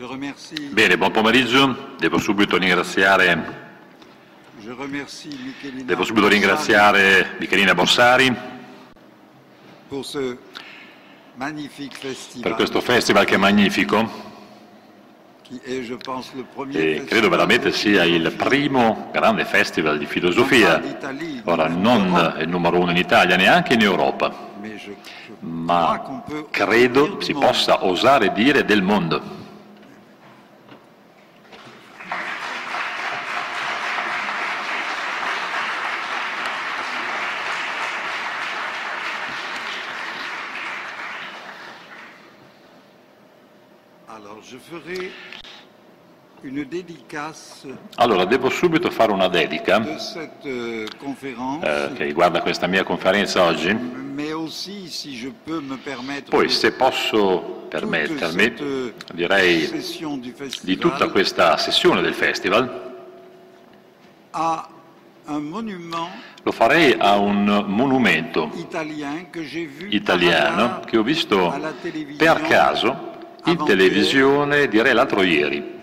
Bene, buon pomeriggio. Devo subito ringraziare Michelina Borsari per questo festival che è magnifico e credo veramente sia il primo grande festival di filosofia, ora non il numero uno in Italia, neanche in Europa, ma credo si possa osare dire del mondo. Allora, devo subito fare una dedica che riguarda questa mia conferenza oggi. Poi, se posso permettermi, direi di tutta questa sessione del festival, lo farei a un monumento italiano che ho visto per caso in televisione, direi l'altro ieri.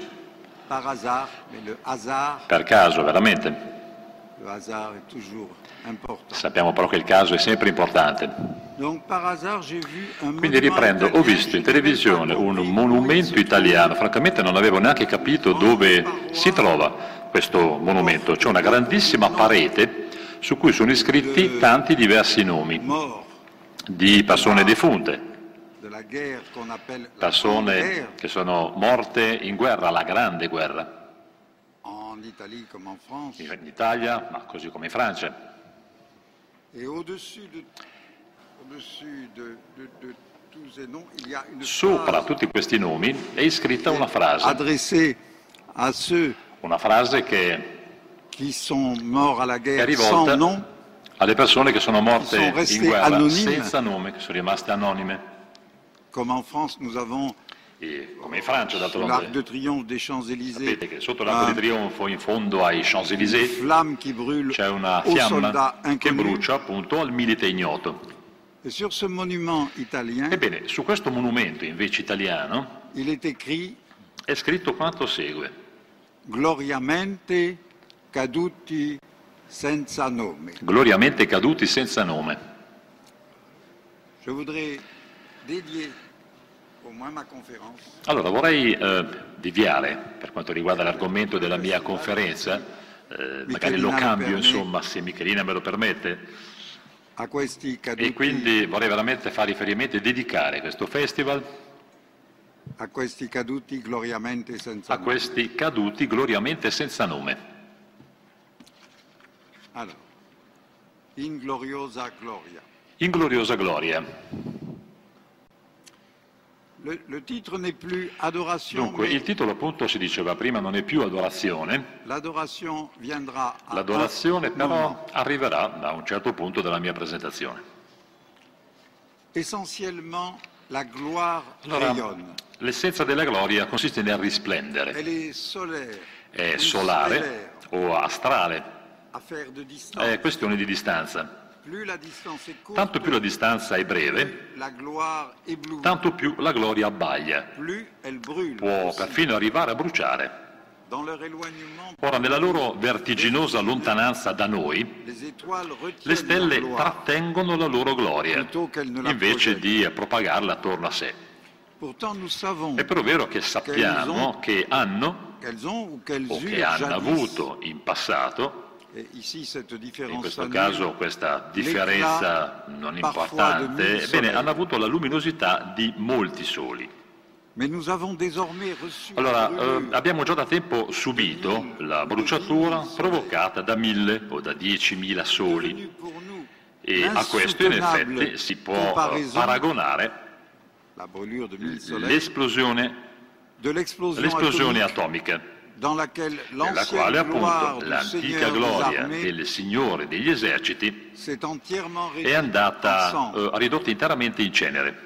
Per caso, veramente. Sappiamo però che il caso è sempre importante. Quindi riprendo, ho visto in televisione un monumento italiano, francamente non avevo neanche capito dove si trova questo monumento. C'è una grandissima parete su cui sono iscritti tanti diversi nomi di persone defunte. Persone che sono morte in guerra, la grande guerra, in Italia, ma così come in Francia. Sopra tutti questi nomi è iscritta una frase che è rivolta alle persone che sono morte in guerra senza nome, che sono rimaste anonime. E come in Francia, d'altronde, sapete che sotto l'Arco di Trionfo, in fondo ai Champs-Élysées, c'è una fiamma che brucia appunto al milite ignoto. Ebbene, su questo monumento invece italiano è scritto quanto segue: gloriamente caduti senza nome. Gloriamente caduti senza nome. Allora, vorrei deviare, per quanto riguarda l'argomento della mia conferenza, magari lo cambio, insomma, se Michelina me lo permette, e quindi vorrei veramente fare riferimento e dedicare questo festival a questi caduti gloriamente senza nome. Allora, in gloriosa gloria. In gloriosa gloria. Dunque, il titolo appunto si diceva prima non è più adorazione, l'adorazione però arriverà da un certo punto della mia presentazione. Allora, l'essenza della gloria consiste nel risplendere, è solare o astrale, è questione di distanza. Tanto più la distanza è breve, tanto più la gloria abbaglia, può perfino arrivare a bruciare. Ora, nella loro vertiginosa lontananza da noi, le stelle trattengono la loro gloria, invece di propagarla attorno a sé. È però vero che sappiamo che hanno, o che hanno avuto in passato, in questo caso questa differenza non importante, ebbene, hanno avuto la luminosità di molti soli. Allora, abbiamo già da tempo subito la bruciatura provocata da 1000 o da 10.000 soli, e a questo in effetti si può paragonare l'esplosione atomica, nella quale appunto l'antica gloria del Signore degli eserciti è andata ridotta interamente in cenere.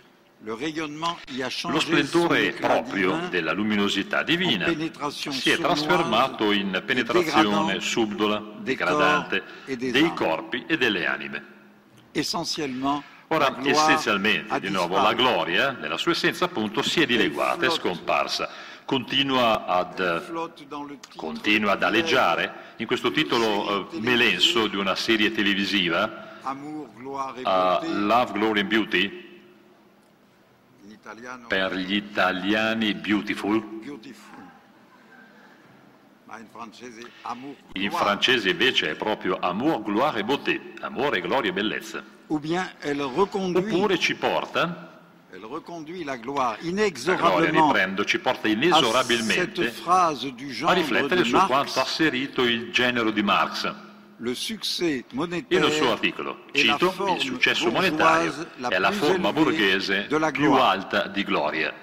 Lo splendore proprio della luminosità divina si è trasformato in penetrazione subdola, degradante, dei corpi e delle anime. Ora, essenzialmente, di nuovo, la gloria, nella sua essenza, appunto, si è dileguata, è scomparsa, continua ad aleggiare in questo titolo melenso di una serie televisiva, Love, Glory and Beauty, per gli italiani Beautiful, in francese invece è proprio Amour, Gloire et Beauté, amore, gloria e bellezza. Oppure ci porta, la gloria ci porta inesorabilmente a riflettere su quanto ha asserito il genero di Marx. E nel suo articolo, cito, il successo monetario è la forma borghese più alta di gloria.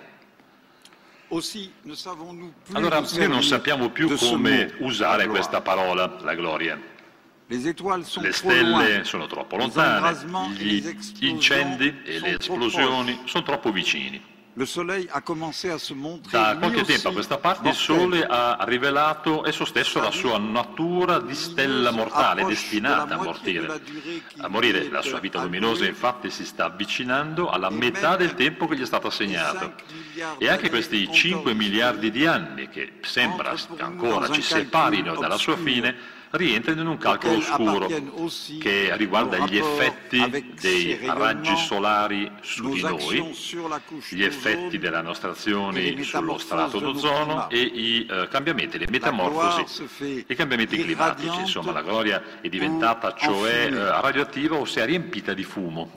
Allora, noi non sappiamo più come usare questa parola, la gloria. Le stelle sono troppo lontane, gli incendi e le esplosioni sono troppo vicini. Da qualche tempo a questa parte il Sole ha rivelato esso stesso la sua natura di stella mortale, destinata a morire. La sua vita luminosa infatti si sta avvicinando alla metà del tempo che gli è stato assegnato. E anche questi 5 miliardi di anni che sembra ancora ci separino dalla sua fine rientrano in un calcolo oscuro che riguarda gli effetti dei raggi solari su di noi, gli effetti delle nostre azioni sullo strato d'ozono e i cambiamenti, le metamorfosi, i cambiamenti climatici. Insomma, la gloria è diventata cioè radioattiva o si è riempita di fumo.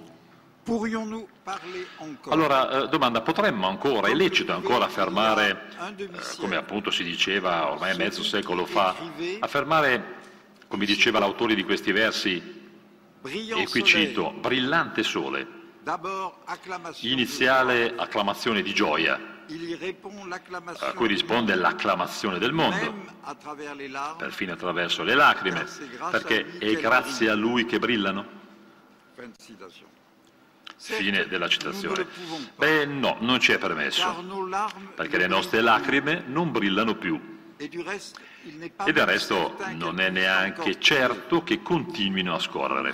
Allora, domanda, potremmo ancora, è lecito ancora affermare, come appunto si diceva ormai mezzo secolo fa, affermare, come diceva l'autore di questi versi, e qui cito, brillante sole, iniziale acclamazione di gioia, a cui risponde l'acclamazione del mondo, perfino attraverso le lacrime, perché è grazie a lui che brillano. Fine della citazione. Beh, no, non ci è permesso, perché le nostre lacrime non brillano più. E del resto non è neanche certo che continuino a scorrere.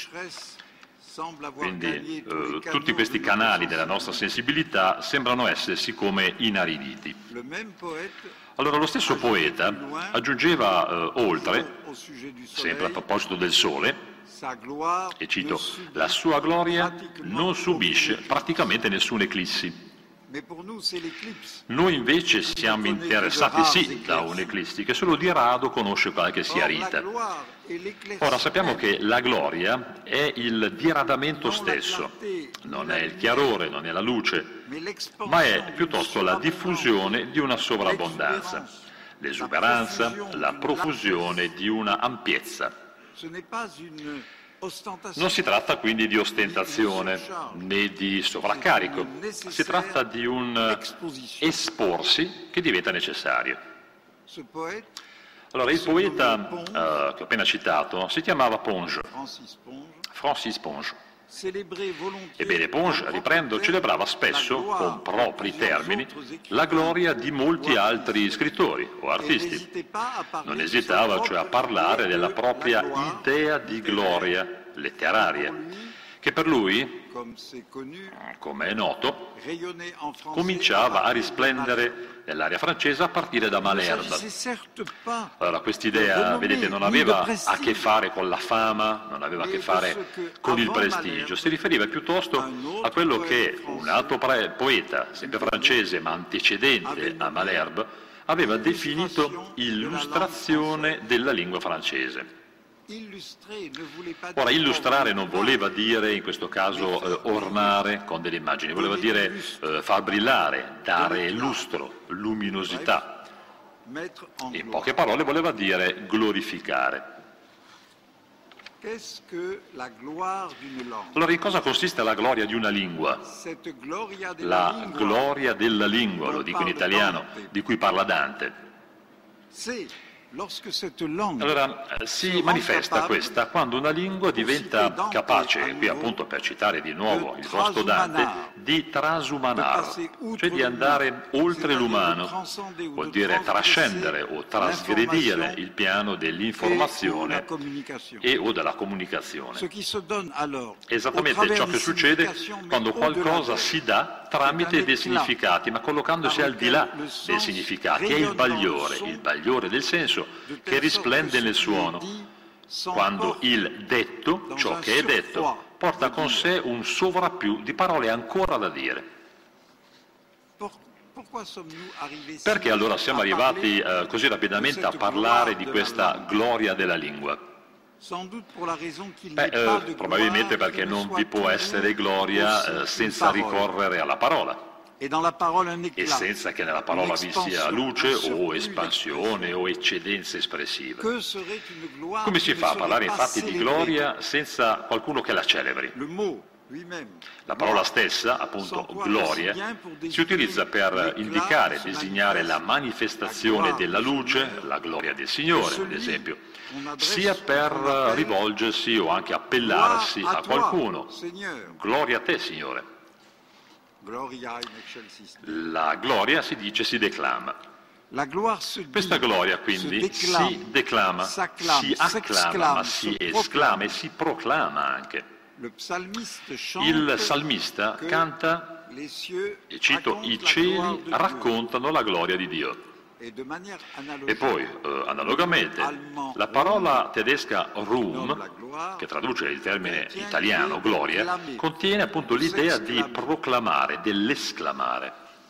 Quindi tutti questi canali della nostra sensibilità sembrano essersi come inariditi. Allora lo stesso poeta aggiungeva oltre, sempre a proposito del Sole, e cito, la sua gloria non subisce praticamente nessuna eclissi. Noi invece siamo interessati sì da un'eclissi che solo di rado conosce qualche siarita. Ora sappiamo che la gloria è il diradamento stesso, non è il chiarore, non è la luce, ma è piuttosto la diffusione di una sovrabbondanza, l'esuberanza, la profusione di una ampiezza. Non si tratta quindi di ostentazione né di sovraccarico, si tratta di un esporsi che diventa necessario. Allora il poeta che ho appena citato si chiamava Ponge, Francis Ponge. Ebbene, Ponge, riprendo, celebrava spesso, con propri termini, la gloria di molti altri scrittori o artisti. Non esitava cioè a parlare della propria idea di gloria letteraria, che per lui, come è noto, cominciava a risplendere nell'area francese a partire da Malherbe. Allora, quest'idea, vedete, non aveva a che fare con la fama, non aveva a che fare con il prestigio, si riferiva piuttosto a quello che un altro poeta, sempre francese ma antecedente a Malherbe, aveva definito illustrazione della lingua francese. Ora, illustrare non voleva dire, in questo caso, ornare con delle immagini, voleva dire far brillare, dare lustro, luminosità. In poche parole voleva dire glorificare. Allora, in cosa consiste la gloria di una lingua? La gloria della lingua, lo dico in italiano, di cui parla Dante. Allora, si manifesta questa quando una lingua diventa capace, e qui appunto per citare di nuovo il vostro Dante, di trasumanar, cioè di andare oltre l'umano, vuol dire trascendere o trasgredire il piano dell'informazione e o della comunicazione. Esattamente ciò che succede quando qualcosa si dà tramite dei significati, ma collocandosi al di là dei significati. È il bagliore del senso che risplende nel suono, quando il detto, ciò che è detto, porta con sé un sovrappiù di parole ancora da dire. Perché allora siamo arrivati così rapidamente a parlare di questa gloria della lingua? Probabilmente perché non vi può essere gloria senza ricorrere alla parola. E senza che nella parola vi sia luce o espansione o eccedenze espressive. Come si fa a parlare infatti di gloria senza qualcuno che la celebri? La parola stessa, appunto gloria, si utilizza per indicare, designare la manifestazione della luce, la gloria del Signore, ad esempio, sia per rivolgersi o anche appellarsi a qualcuno. Gloria a te, Signore. La gloria si dice si declama. Questa gloria quindi si declama, si acclama, ma si esclama e si proclama anche. Il salmista canta, e cito, i cieli raccontano la gloria di Dio. E poi, analogamente, la parola tedesca Ruhm, che traduce il termine italiano gloria, contiene appunto l'idea di proclamare, dell'esclamare.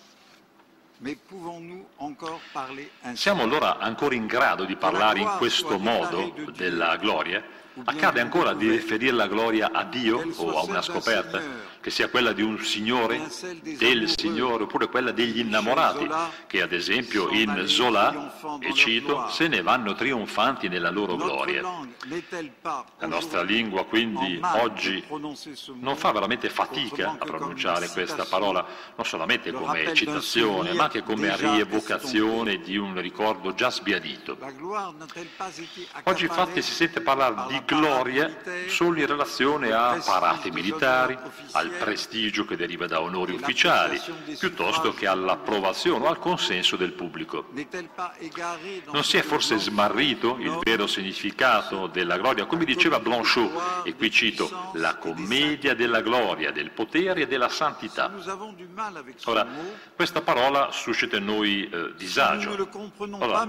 Siamo allora ancora in grado di parlare in questo modo della gloria? Accade ancora di riferire la gloria a Dio o a una scoperta, che sia quella di un Signore, del Signore, oppure quella degli innamorati, che ad esempio in Zola, e cito, se ne vanno trionfanti nella loro gloria. La nostra lingua quindi oggi non fa veramente fatica a pronunciare questa parola, non solamente come citazione, ma anche come rievocazione di un ricordo già sbiadito. Oggi infatti si sente parlare di gloria solo in relazione a parate militari, al prestigio che deriva da onori ufficiali, piuttosto che all'approvazione o al consenso del pubblico. Non si è forse smarrito il vero significato della gloria? Come diceva Blanchot, e qui cito, la commedia della gloria, del potere e della santità. Ora, questa parola suscita in noi disagio. Allora,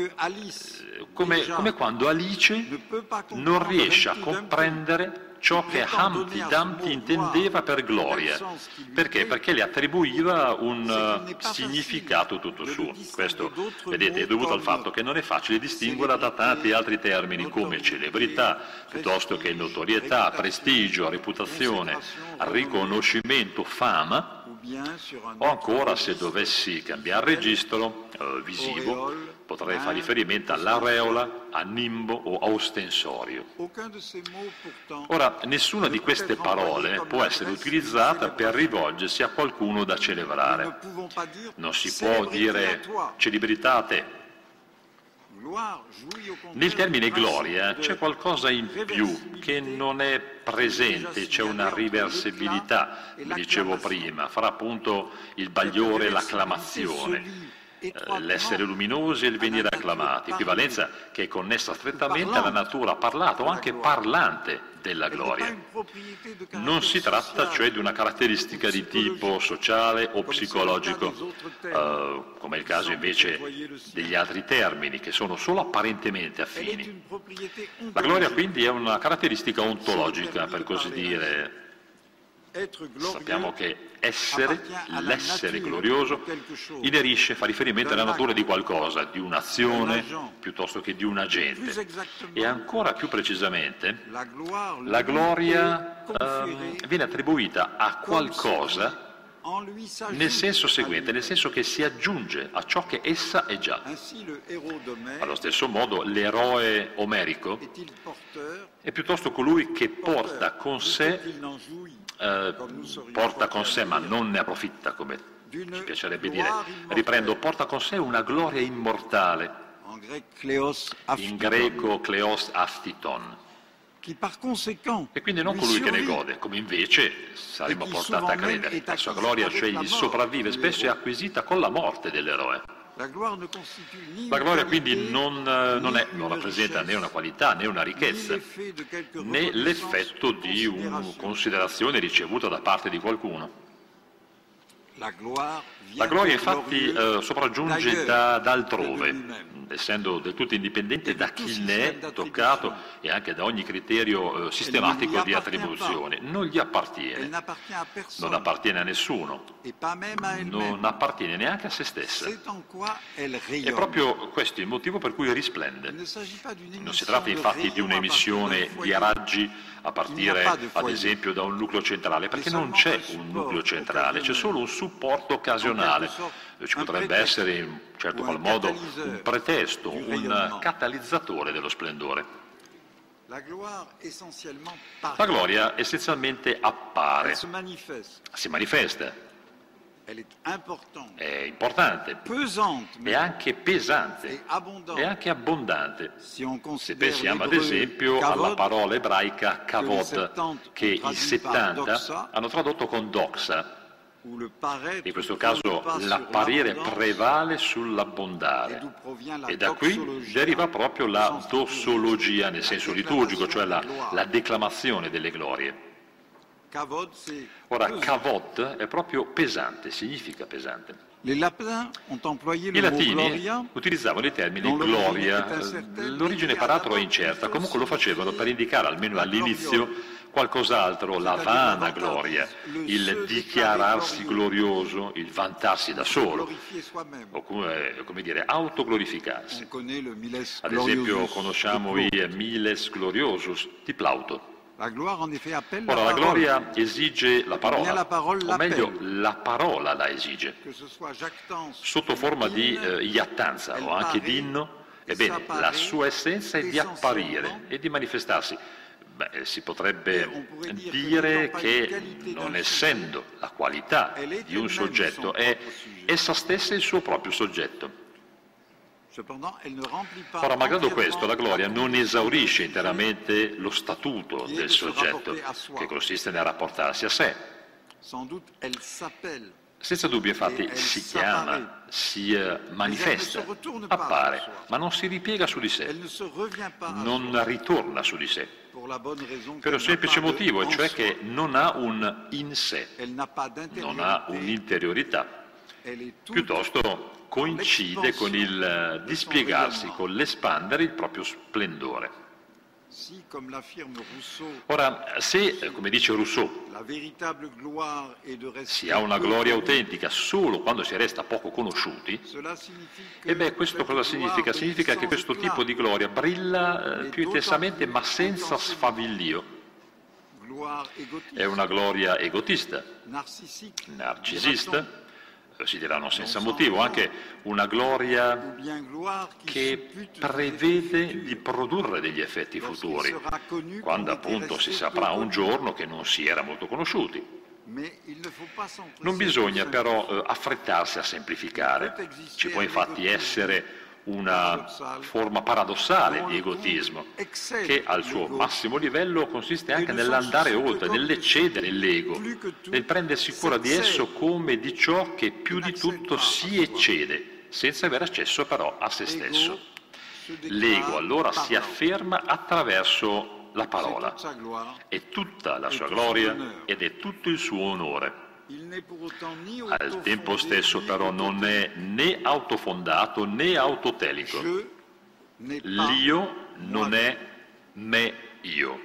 come quando Alice non riesce a comprendere ciò che Humpty Dumpty intendeva per gloria. Perché? Perché le attribuiva un significato tutto suo. Questo, vedete, è dovuto al fatto che non è facile distinguerla da tanti altri termini come celebrità, piuttosto che notorietà, prestigio, reputazione, riconoscimento, fama, o ancora, se dovessi cambiare registro visivo, potrei fare riferimento all'aureola, a nimbo o a ostensorio. Ora, nessuna di queste parole può essere utilizzata per rivolgersi a qualcuno da celebrare. Non si può dire celebrità a te. Nel termine gloria c'è qualcosa in più che non è presente, c'è una riversibilità, come dicevo prima, fra appunto il bagliore e l'acclamazione. L'essere luminosi e il venire acclamati, equivalenza che è connessa strettamente alla natura parlata o anche parlante della gloria. Non si tratta cioè di una caratteristica di tipo sociale o psicologico, come è il caso invece degli altri termini, che sono solo apparentemente affini. La gloria quindi è una caratteristica ontologica, per così dire. Sappiamo che l'essere glorioso inerisce, fa riferimento alla natura di qualcosa, di un'azione piuttosto che di un agente. E ancora più precisamente, la gloria viene attribuita a qualcosa nel senso seguente, nel senso che si aggiunge a ciò che essa è già. Allo stesso modo l'eroe omerico è piuttosto colui che porta con sé, ma non ne approfitta, come ci piacerebbe dire. Riprendo, porta con sé una gloria immortale, in greco kleos astiton, e quindi non colui che ne gode, come invece saremmo portati a credere. La sua gloria, cioè, gli sopravvive, spesso è acquisita con la morte dell'eroe. La gloria quindi non rappresenta né una qualità né una ricchezza, né l'effetto di una considerazione ricevuta da parte di qualcuno. La gloria infatti sopraggiunge da altrove, essendo del tutto indipendente da chi ne è toccato e anche da ogni criterio sistematico di attribuzione. Non gli appartiene, non appartiene a nessuno, non appartiene neanche a se stessa. È proprio questo il motivo per cui risplende. Non si tratta infatti di un'emissione di raggi a partire ad esempio da un nucleo centrale, perché non c'è un nucleo centrale, c'è solo un supporto occasionale. Ci potrebbe essere in un certo qual modo un pretesto, un catalizzatore dello splendore. La gloria essenzialmente appare, si manifesta, è importante, è anche pesante, è anche abbondante. Se pensiamo ad esempio alla parola ebraica kavod, che i 70 hanno tradotto con doxa. In questo caso l'apparire prevale sull'abbondare, e da qui deriva proprio la dossologia nel senso liturgico, cioè la declamazione delle glorie. Ora, kavod è proprio pesante, significa pesante. I latini utilizzavano il termine gloria, l'origine peraltro è incerta, comunque lo facevano per indicare almeno all'inizio qualcos'altro, la vana gloria, il dichiararsi glorioso, il vantarsi da solo, o come dire, autoglorificarsi. Ad esempio conosciamo i Miles Gloriosus di Plauto. Ora, la gloria esige la parola, o meglio, la parola la esige, sotto forma di iattanza o anche di inno. Ebbene, la sua essenza è di apparire e di manifestarsi. Beh, si potrebbe dire che, non essendo la qualità di un soggetto, è essa stessa il suo proprio soggetto. Ora, malgrado questo, la gloria non esaurisce interamente lo statuto del soggetto, che consiste nel rapportarsi a sé. Senza dubbio, infatti, si chiama, si manifesta, appare, ma non si ripiega su di sé, non ritorna su di sé, per un semplice motivo, e cioè che non ha un in sé, non ha un'interiorità, piuttosto coincide con il dispiegarsi, con l'espandere il proprio splendore. Ora, se, come dice Rousseau, si ha una gloria autentica solo quando si resta poco conosciuti, e beh, questo cosa significa? Significa che questo tipo di gloria brilla più intensamente ma senza sfavillio. È una gloria egotista, narcisista, si diranno senza motivo, anche una gloria che prevede di produrre degli effetti futuri, quando appunto si saprà un giorno che non si era molto conosciuti. Non bisogna però affrettarsi a semplificare, ci può infatti essere una forma paradossale di egotismo, che al suo massimo livello consiste anche nell'andare oltre, nell'eccedere l'ego, nel prendersi cura di esso come di ciò che più di tutto si eccede, senza aver accesso però a se stesso. L'ego allora si afferma attraverso la parola, è tutta la sua gloria ed è tutto il suo onore. Al tempo stesso però non è né autofondato né autotelico. L'io non è me io.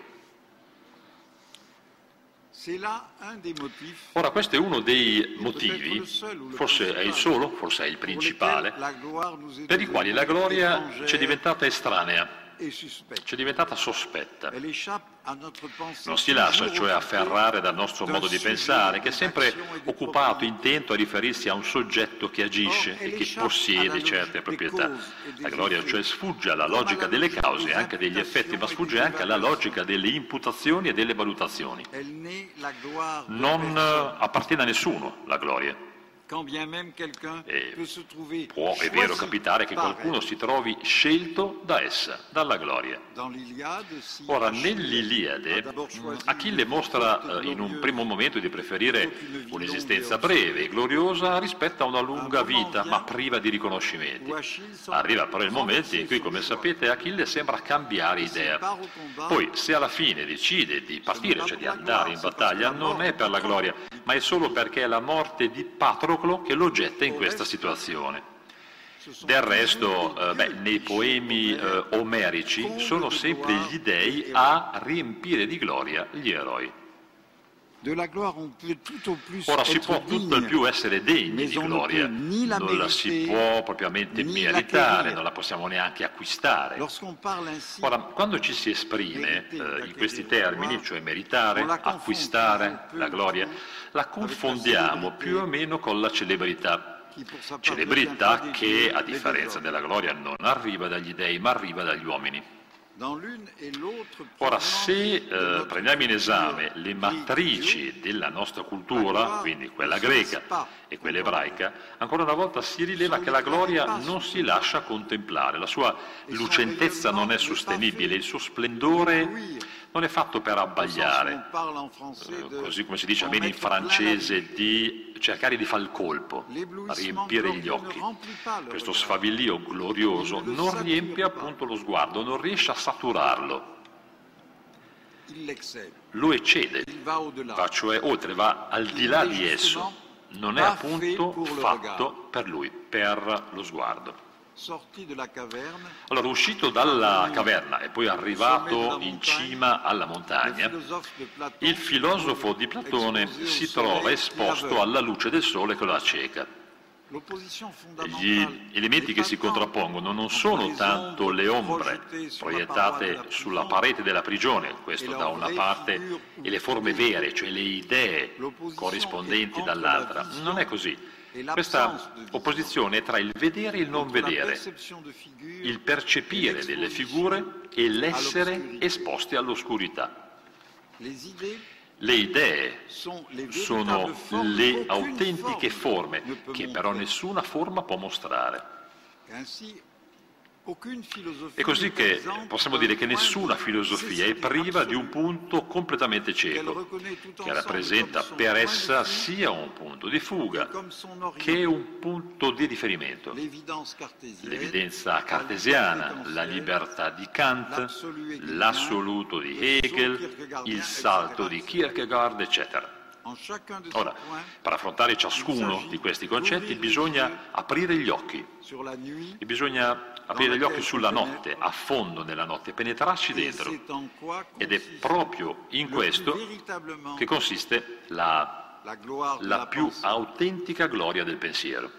Ora, questo è uno dei motivi, forse è il solo, forse è il principale, per i quali la gloria ci è diventata estranea, ci è diventata sospetta. Non si lascia cioè afferrare dal nostro modo di pensare, che è sempre occupato, intento a riferirsi a un soggetto che agisce e che possiede certe proprietà. La gloria cioè sfugge alla logica delle cause e anche degli effetti, ma sfugge anche alla logica delle imputazioni e delle valutazioni. Non appartiene a nessuno la gloria. E può, è vero, capitare che qualcuno si trovi scelto da essa, dalla gloria. Ora, nell'Iliade, Achille mostra in un primo momento di preferire un'esistenza breve e gloriosa rispetto a una lunga vita, ma priva di riconoscimenti. Arriva però il momento in cui, come sapete, Achille sembra cambiare idea. Poi, se alla fine decide di partire, cioè di andare in battaglia, non è per la gloria, ma è solo perché è la morte di Patroclo che lo getta in questa situazione. Del resto, nei poemi omerici sono sempre gli dei a riempire di gloria gli eroi. Ora si può tutto il più essere degni di gloria, non la si può propriamente meritare, non la possiamo neanche acquistare. Ora, quando ci si esprime in questi termini, cioè meritare, acquistare la gloria, la confondiamo più o meno con la celebrità. Celebrità che, a differenza della gloria, non arriva dagli dei, ma arriva dagli uomini. Ora, se prendiamo in esame le matrici della nostra cultura, quindi quella greca e quella ebraica, ancora una volta si rileva che la gloria non si lascia contemplare, la sua lucentezza non è sostenibile, il suo splendore non è fatto per abbagliare, così come si dice almeno in francese, di cercare di fare il colpo, a riempire gli occhi. Questo sfavillio glorioso non riempie appunto lo sguardo, non riesce a saturarlo, lo eccede, va cioè oltre, va al di là di esso, non è appunto fatto per lui, per lo sguardo. Allora, uscito dalla caverna e poi arrivato in cima alla montagna, il filosofo di Platone si trova esposto alla luce del sole che lo acceca. Gli elementi che si contrappongono non sono tanto le ombre proiettate sulla parete della prigione, questo da una parte, e le forme vere, cioè le idee corrispondenti dall'altra. Non è così. Questa opposizione è tra il vedere e il non vedere, il percepire delle figure e l'essere esposti all'oscurità. Le idee sono le autentiche forme che però nessuna forma può mostrare. È così che possiamo dire che nessuna filosofia è priva di un punto completamente cieco, che rappresenta per essa sia un punto di fuga che un punto di riferimento. L'evidenza cartesiana, la libertà di Kant, l'assoluto di Hegel, il salto di Kierkegaard, eccetera. Ora, per affrontare ciascuno di questi concetti bisogna aprire gli occhi, e bisogna aprire gli occhi sulla notte, a fondo nella notte, penetrarci dentro, ed è proprio in questo che consiste la più autentica gloria del pensiero.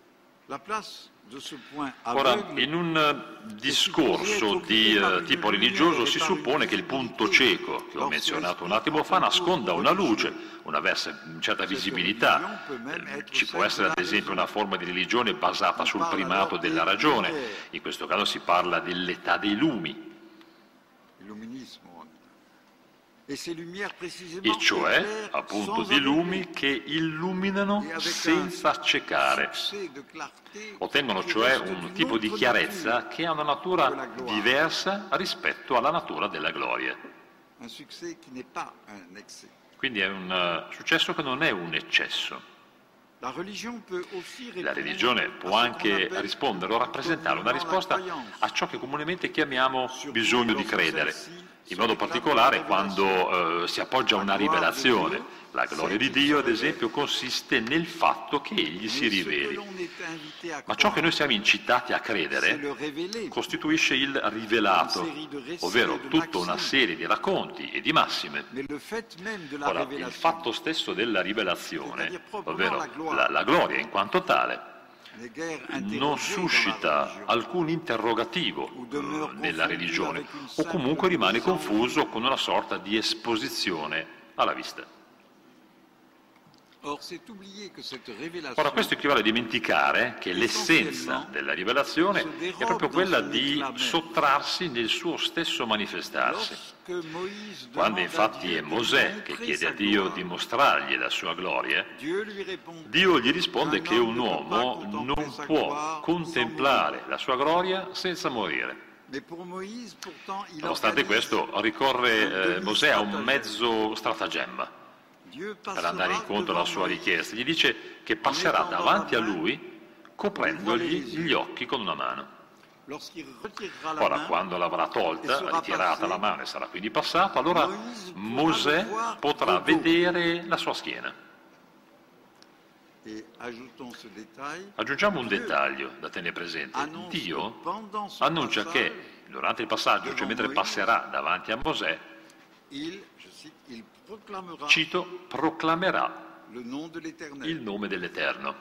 Ora, in un discorso di tipo religioso si suppone che il punto cieco, che ho menzionato un attimo fa, nasconda una luce, una certa visibilità. Ci può essere ad esempio una forma di religione basata sul primato della ragione, in questo caso si parla dell'età dei lumi. E cioè, appunto, di lumi che illuminano senza accecare, ottengono cioè un tipo di chiarezza che ha una natura diversa rispetto alla natura della gloria. Quindi è un successo che non è un eccesso. La religione può anche rispondere o rappresentare una risposta a ciò che comunemente chiamiamo bisogno di credere, in modo particolare quando si appoggia a una rivelazione. La gloria di Dio, ad esempio, consiste nel fatto che Egli si riveli. Ma ciò che noi siamo incitati a credere costituisce il rivelato, ovvero tutta una serie di racconti e di massime. Ora, il fatto stesso della rivelazione, ovvero la gloria in quanto tale, non suscita alcun interrogativo nella religione, o comunque rimane confuso con una sorta di esposizione alla vista. Ora, questo equivale a dimenticare che l'essenza della rivelazione è proprio quella di sottrarsi nel suo stesso manifestarsi. Quando infatti è Mosè che chiede a Dio di mostrargli la sua gloria, Dio gli risponde che un uomo non può contemplare la sua gloria senza morire. Nonostante questo, ricorre Mosè a un mezzo stratagemma per andare incontro alla sua richiesta. Gli dice che passerà davanti a lui coprendogli gli occhi con una mano. Ora, quando l'avrà tolta, ritirata la mano e sarà quindi passato, allora Mosè potrà vedere la sua schiena. Aggiungiamo un dettaglio da tenere presente. Dio annuncia che durante il passaggio, cioè mentre passerà davanti a Mosè, cito, proclamerà il nome dell'Eterno.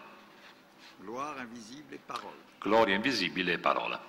Gloria invisibile e parola.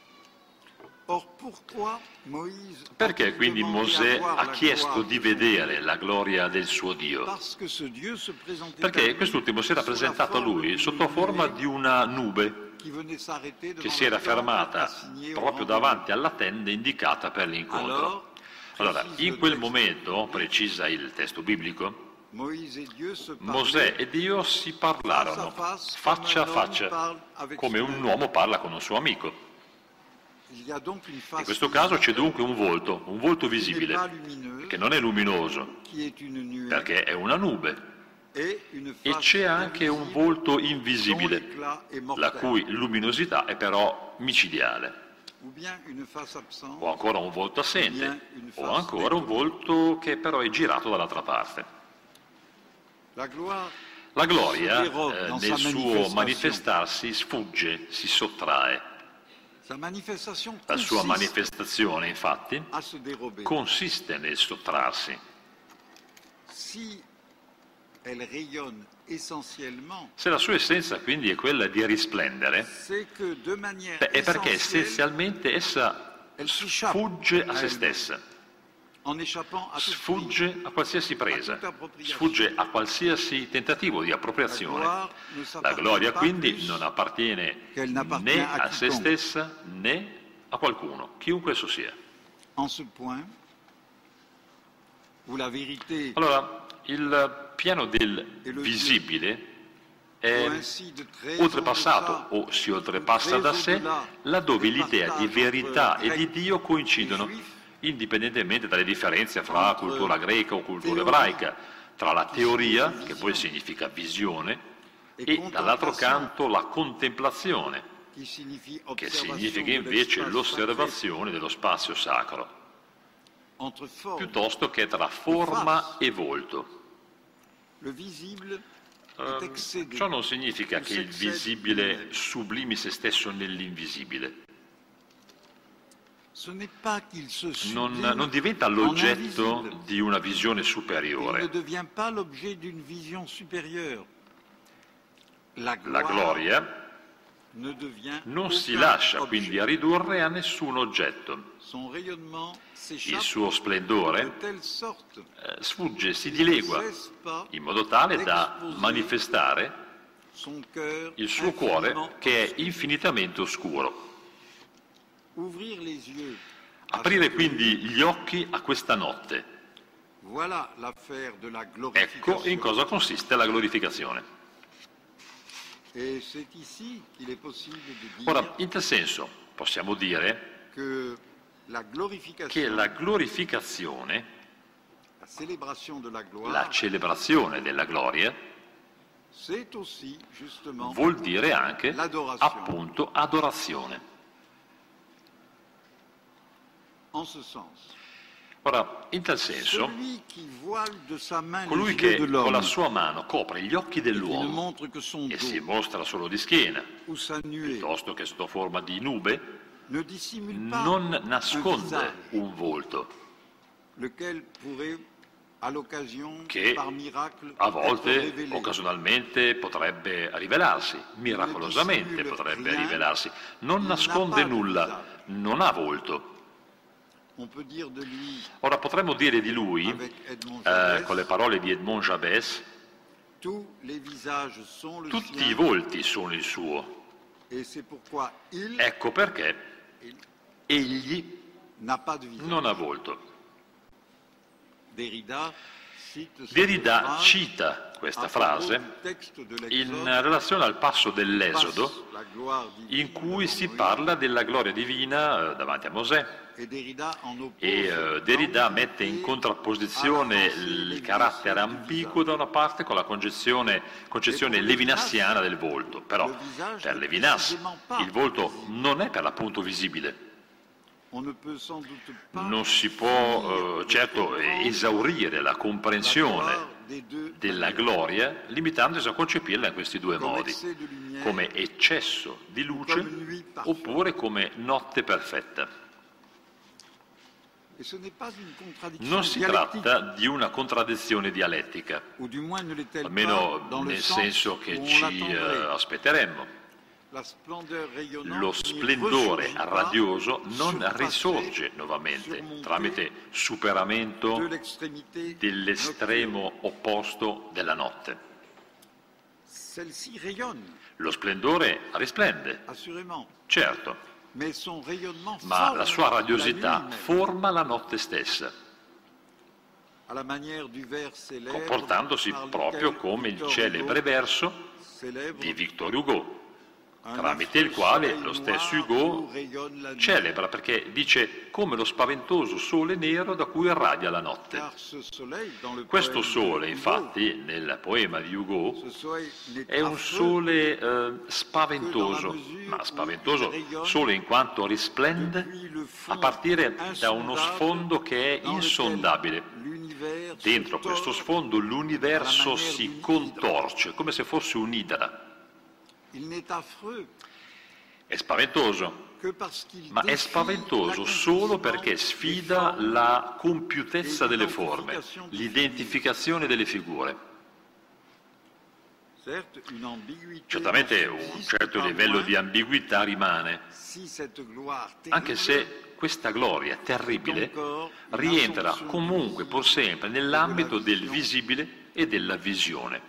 Perché quindi Mosè ha chiesto di vedere la gloria del suo Dio? Perché quest'ultimo si era presentato a lui sotto forma di una nube che si era fermata proprio davanti alla tenda indicata per l'incontro. Allora, in quel momento, precisa il testo biblico, Mosè e Dio si parlarono faccia a faccia, come un uomo parla con un suo amico. In questo caso c'è dunque un volto visibile, che non è luminoso, perché è una nube, e c'è anche un volto invisibile, la cui luminosità è però micidiale. O ancora un volto assente, o ancora un volto che però è girato dall'altra parte. La gloria nel suo manifestarsi sfugge, si sottrae. La sua manifestazione, infatti, consiste nel sottrarsi. Se la sua essenza quindi è quella di risplendere, è perché essenzialmente essa sfugge a se stessa, sfugge a qualsiasi presa, sfugge a qualsiasi tentativo di appropriazione. La gloria quindi non appartiene né a se stessa né a qualcuno, chiunque esso sia. Allora, il piano del visibile è oltrepassato o si oltrepassa da sé laddove l'idea di verità e di Dio coincidono, indipendentemente dalle differenze fra cultura greca o cultura ebraica, tra la teoria, che poi significa visione, e dall'altro canto la contemplazione, che significa invece l'osservazione dello spazio sacro, piuttosto che tra forma e volto. Ciò non significa che il visibile sublimi se stesso nell'invisibile. Non diventa l'oggetto di una visione superiore. La gloria non si lascia quindi ridurre a nessun oggetto. Il suo splendore sfugge, si dilegua, in modo tale da manifestare il suo cuore che è infinitamente oscuro. Aprire quindi gli occhi a questa notte. Ecco in cosa consiste la glorificazione. Ora, in tal senso possiamo dire che la glorificazione, la celebrazione della gloria, vuol dire anche appunto adorazione. Ora, in tal senso, colui che con la sua mano copre gli occhi dell'uomo e si mostra solo di schiena, piuttosto che sotto forma di nube, non nasconde un volto che a volte, occasionalmente, potrebbe rivelarsi, miracolosamente potrebbe rivelarsi. Non nasconde nulla, non ha volto. Ora potremmo dire di lui, con le parole di Edmond Jabès, Tutti i volti sono il suo. Ecco perché egli non ha volto. Derrida cita questa frase in relazione al passo dell'Esodo in cui si parla della gloria divina davanti a Mosè, e Derrida mette in contrapposizione il carattere ambiguo da una parte con la concezione levinassiana del volto. Però per Levinas il volto non è per l'appunto visibile. Non si può certo esaurire la comprensione della gloria limitandosi a concepirla in questi due modi, come eccesso di luce oppure come notte perfetta. Non si tratta di una contraddizione dialettica, almeno nel senso che ci aspetteremmo. Lo splendore radioso non risorge nuovamente tramite superamento dell'estremo opposto della notte. Lo splendore risplende, certo, ma la sua radiosità forma la notte stessa, comportandosi proprio come il celebre verso di Victor Hugo, tramite il quale lo stesso Hugo celebra, perché dice come lo spaventoso sole nero da cui irradia la notte. Questo sole, infatti, nel poema di Hugo, è un sole spaventoso, ma spaventoso solo in quanto risplende a partire da uno sfondo che è insondabile. Dentro questo sfondo l'universo si contorce, come se fosse un'idra. È spaventoso, ma è spaventoso solo perché sfida la compiutezza delle forme, l'identificazione delle figure. Certamente un certo livello di ambiguità rimane, anche se questa gloria terribile rientra comunque pur sempre nell'ambito del visibile e della visione.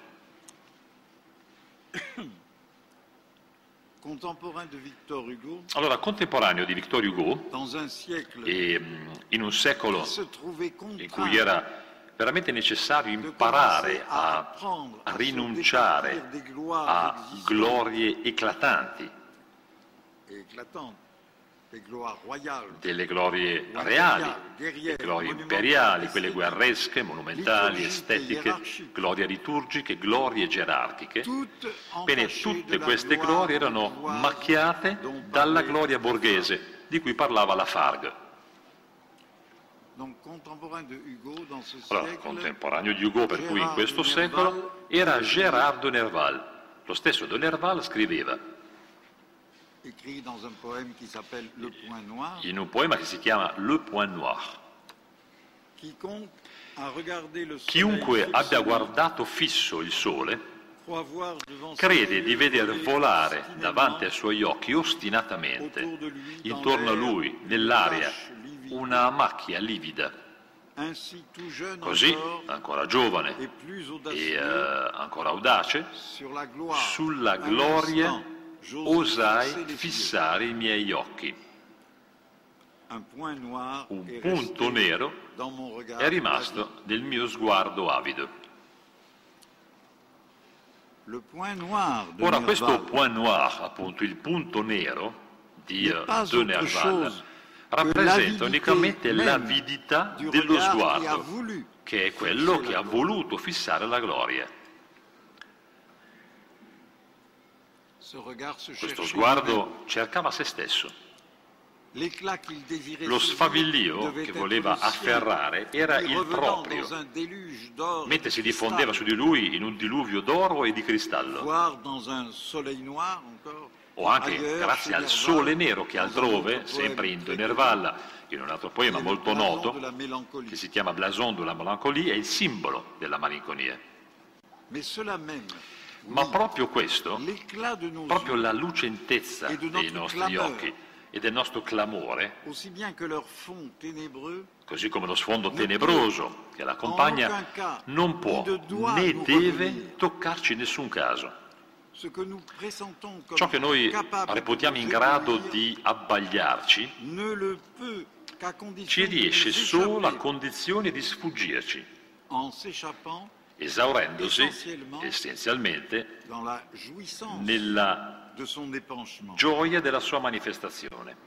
Allora, contemporaneo di Victor Hugo, e in un secolo in cui era veramente necessario imparare a rinunciare a glorie eclatanti, delle glorie reali, le glorie imperiali, quelle guerresche, monumentali, estetiche, glorie liturgiche, glorie gerarchiche. Bene, tutte queste glorie erano macchiate dalla gloria borghese, di cui parlava Lafargue. Allora, contemporaneo di Hugo, per cui in questo secolo, era Gérard de Nerval. Lo stesso de Nerval scriveva in un poema che si chiama Le Point Noir: chiunque abbia guardato fisso il sole crede di veder volare davanti ai suoi occhi ostinatamente, intorno a lui, nell'aria, una macchia livida. Così, ancora giovane e ancora audace, sulla gloria osai fissare i miei occhi. Un punto nero è rimasto nel mio sguardo avido. Ora, questo point noir, appunto il punto nero di de Nerval, rappresenta unicamente l'avidità dello sguardo, che è quello che ha voluto fissare la gloria. Questo sguardo cercava se stesso. Lo sfavillio che voleva afferrare era il proprio, mentre si diffondeva su di lui in un diluvio d'oro e di cristallo, o anche grazie al sole nero che altrove, sempre in de Nerval, in un altro poema molto noto, che si chiama Blason de la Mélancolie, è il simbolo della malinconia. Ma proprio questo, proprio la lucentezza dei nostri occhi, e del nostro clamore, aussi bien que leur fond ténébreux, così come lo sfondo tenebroso che l'accompagna, non può né deve toccarci in nessun caso. Ciò che noi reputiamo in grado di abbagliarci ci riesce solo a condizione di sfuggirci, esaurendosi essenzialmente nella gioia della sua manifestazione.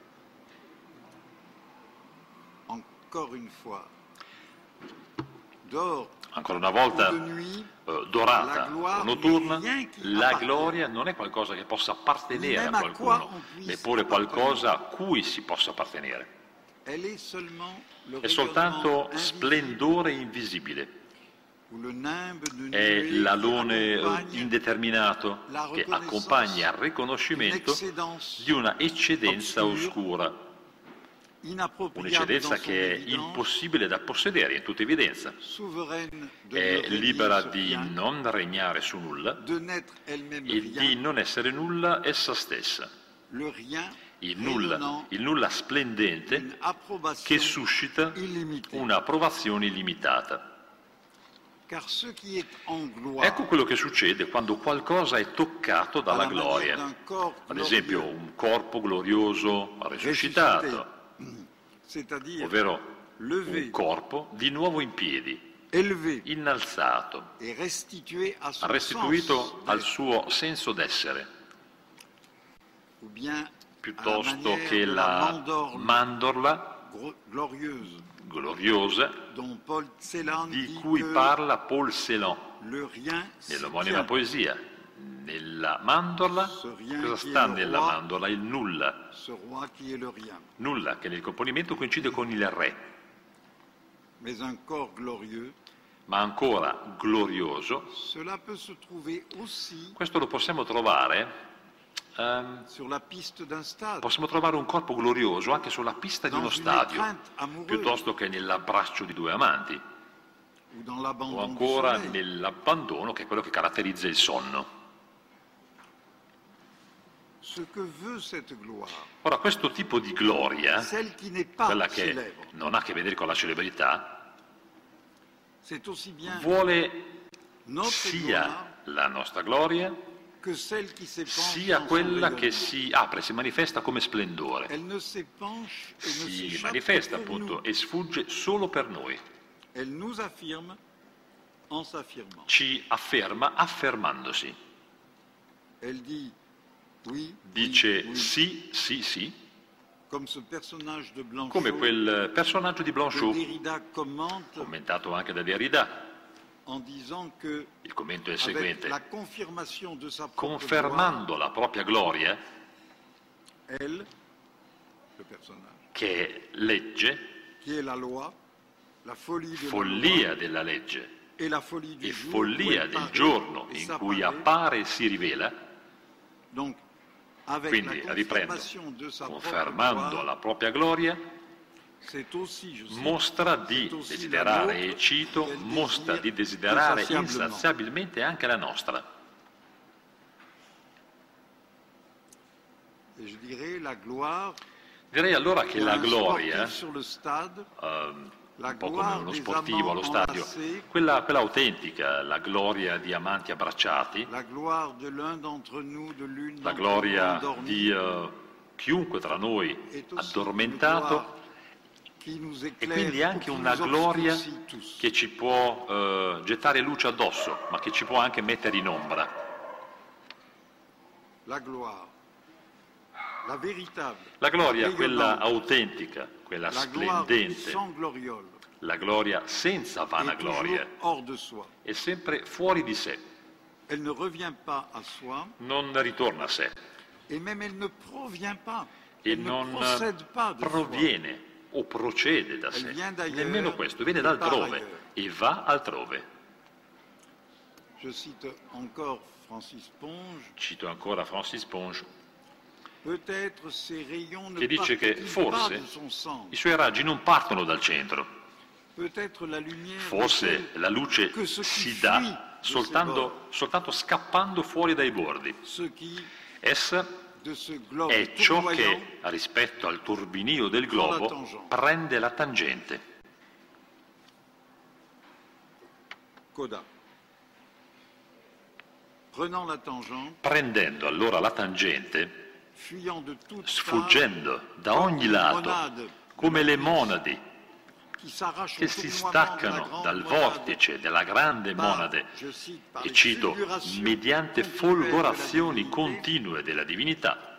Ancora una volta, dorata o notturna, la gloria non è qualcosa che possa appartenere a qualcuno, neppure qualcosa a cui si possa appartenere. È soltanto splendore invisibile. È l'alone indeterminato che accompagna il riconoscimento di una eccedenza oscura, un'eccedenza che è impossibile da possedere in tutta evidenza. È libera di non regnare su nulla e di non essere nulla essa stessa. Il nulla splendente che suscita un'approvazione illimitata. Ecco quello che succede quando qualcosa è toccato dalla gloria. Ad esempio un corpo glorioso risuscitato, ovvero un corpo di nuovo in piedi, innalzato, restituito al suo senso d'essere, piuttosto che la mandorla gloriosa di cui parla Paul Celan nell'omonima poesia. Nella mandorla, cosa sta nella mandorla? Il nulla. Nulla, che nel componimento coincide con il re. Ma ancora glorioso, questo lo possiamo trovare. Possiamo trovare un corpo glorioso anche sulla pista di uno stadio, piuttosto che nell'abbraccio di due amanti, o ancora nell'abbandono, che è quello che caratterizza il sonno. Ora, questo tipo di gloria, quella che non ha a che vedere con la celebrità, vuole sia la nostra gloria, sia quella che si apre, si manifesta come splendore, si manifesta appunto e sfugge solo per noi, ci afferma affermandosi, dice sì, sì, sì, come quel personaggio di Blanchot, commentato anche da Derrida. Il commento è il seguente: confermando la propria gloria, che è legge, follia della legge e follia del giorno in cui appare e si rivela, quindi riprendo, confermando la propria gloria, mostra di desiderare, e cito, mostra di desiderare insaziabilmente anche la nostra. Direi allora che la gloria, un po' come uno sportivo allo stadio, quella autentica, la gloria di amanti abbracciati, la gloria di chiunque tra noi addormentato, e quindi anche una gloria che ci può gettare luce addosso, ma che ci può anche mettere in ombra. La gloria, quella autentica, quella splendente, la gloria senza vanagloria, è sempre fuori di sé, non ritorna a sé e non proviene o procede da sé, nemmeno questo, viene da altrove e va altrove. Cito ancora Francis Ponge, che dice che forse i suoi raggi non partono dal centro, forse la luce si dà soltanto scappando fuori dai bordi. Essa è ciò che, rispetto al turbinio del globo, prende la tangente. Coda. Prendendo allora la tangente, sfuggendo da ogni lato, come le monadi che si staccano dal vortice della grande monade, e cito, mediante folgorazioni continue della divinità,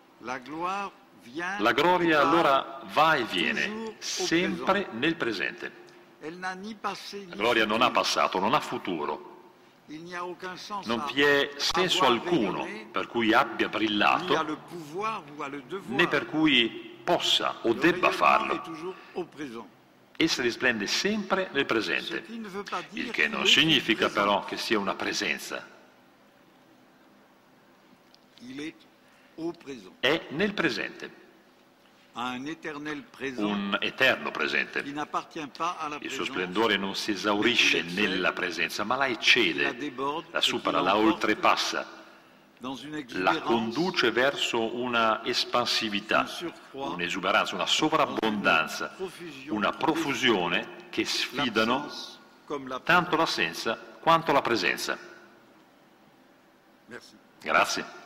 la gloria allora va e viene, sempre nel presente. La gloria non ha passato, non ha futuro. Non vi è senso alcuno per cui abbia brillato, né per cui possa o debba farlo. Essa risplende sempre nel presente, il che non significa però che sia una presenza. È nel presente. Un eterno presente. Il suo splendore non si esaurisce nella presenza, ma la eccede, la supera, la oltrepassa, la conduce verso una espansività, un'esuberanza, una sovrabbondanza, una profusione che sfidano tanto l'assenza quanto la presenza. Grazie.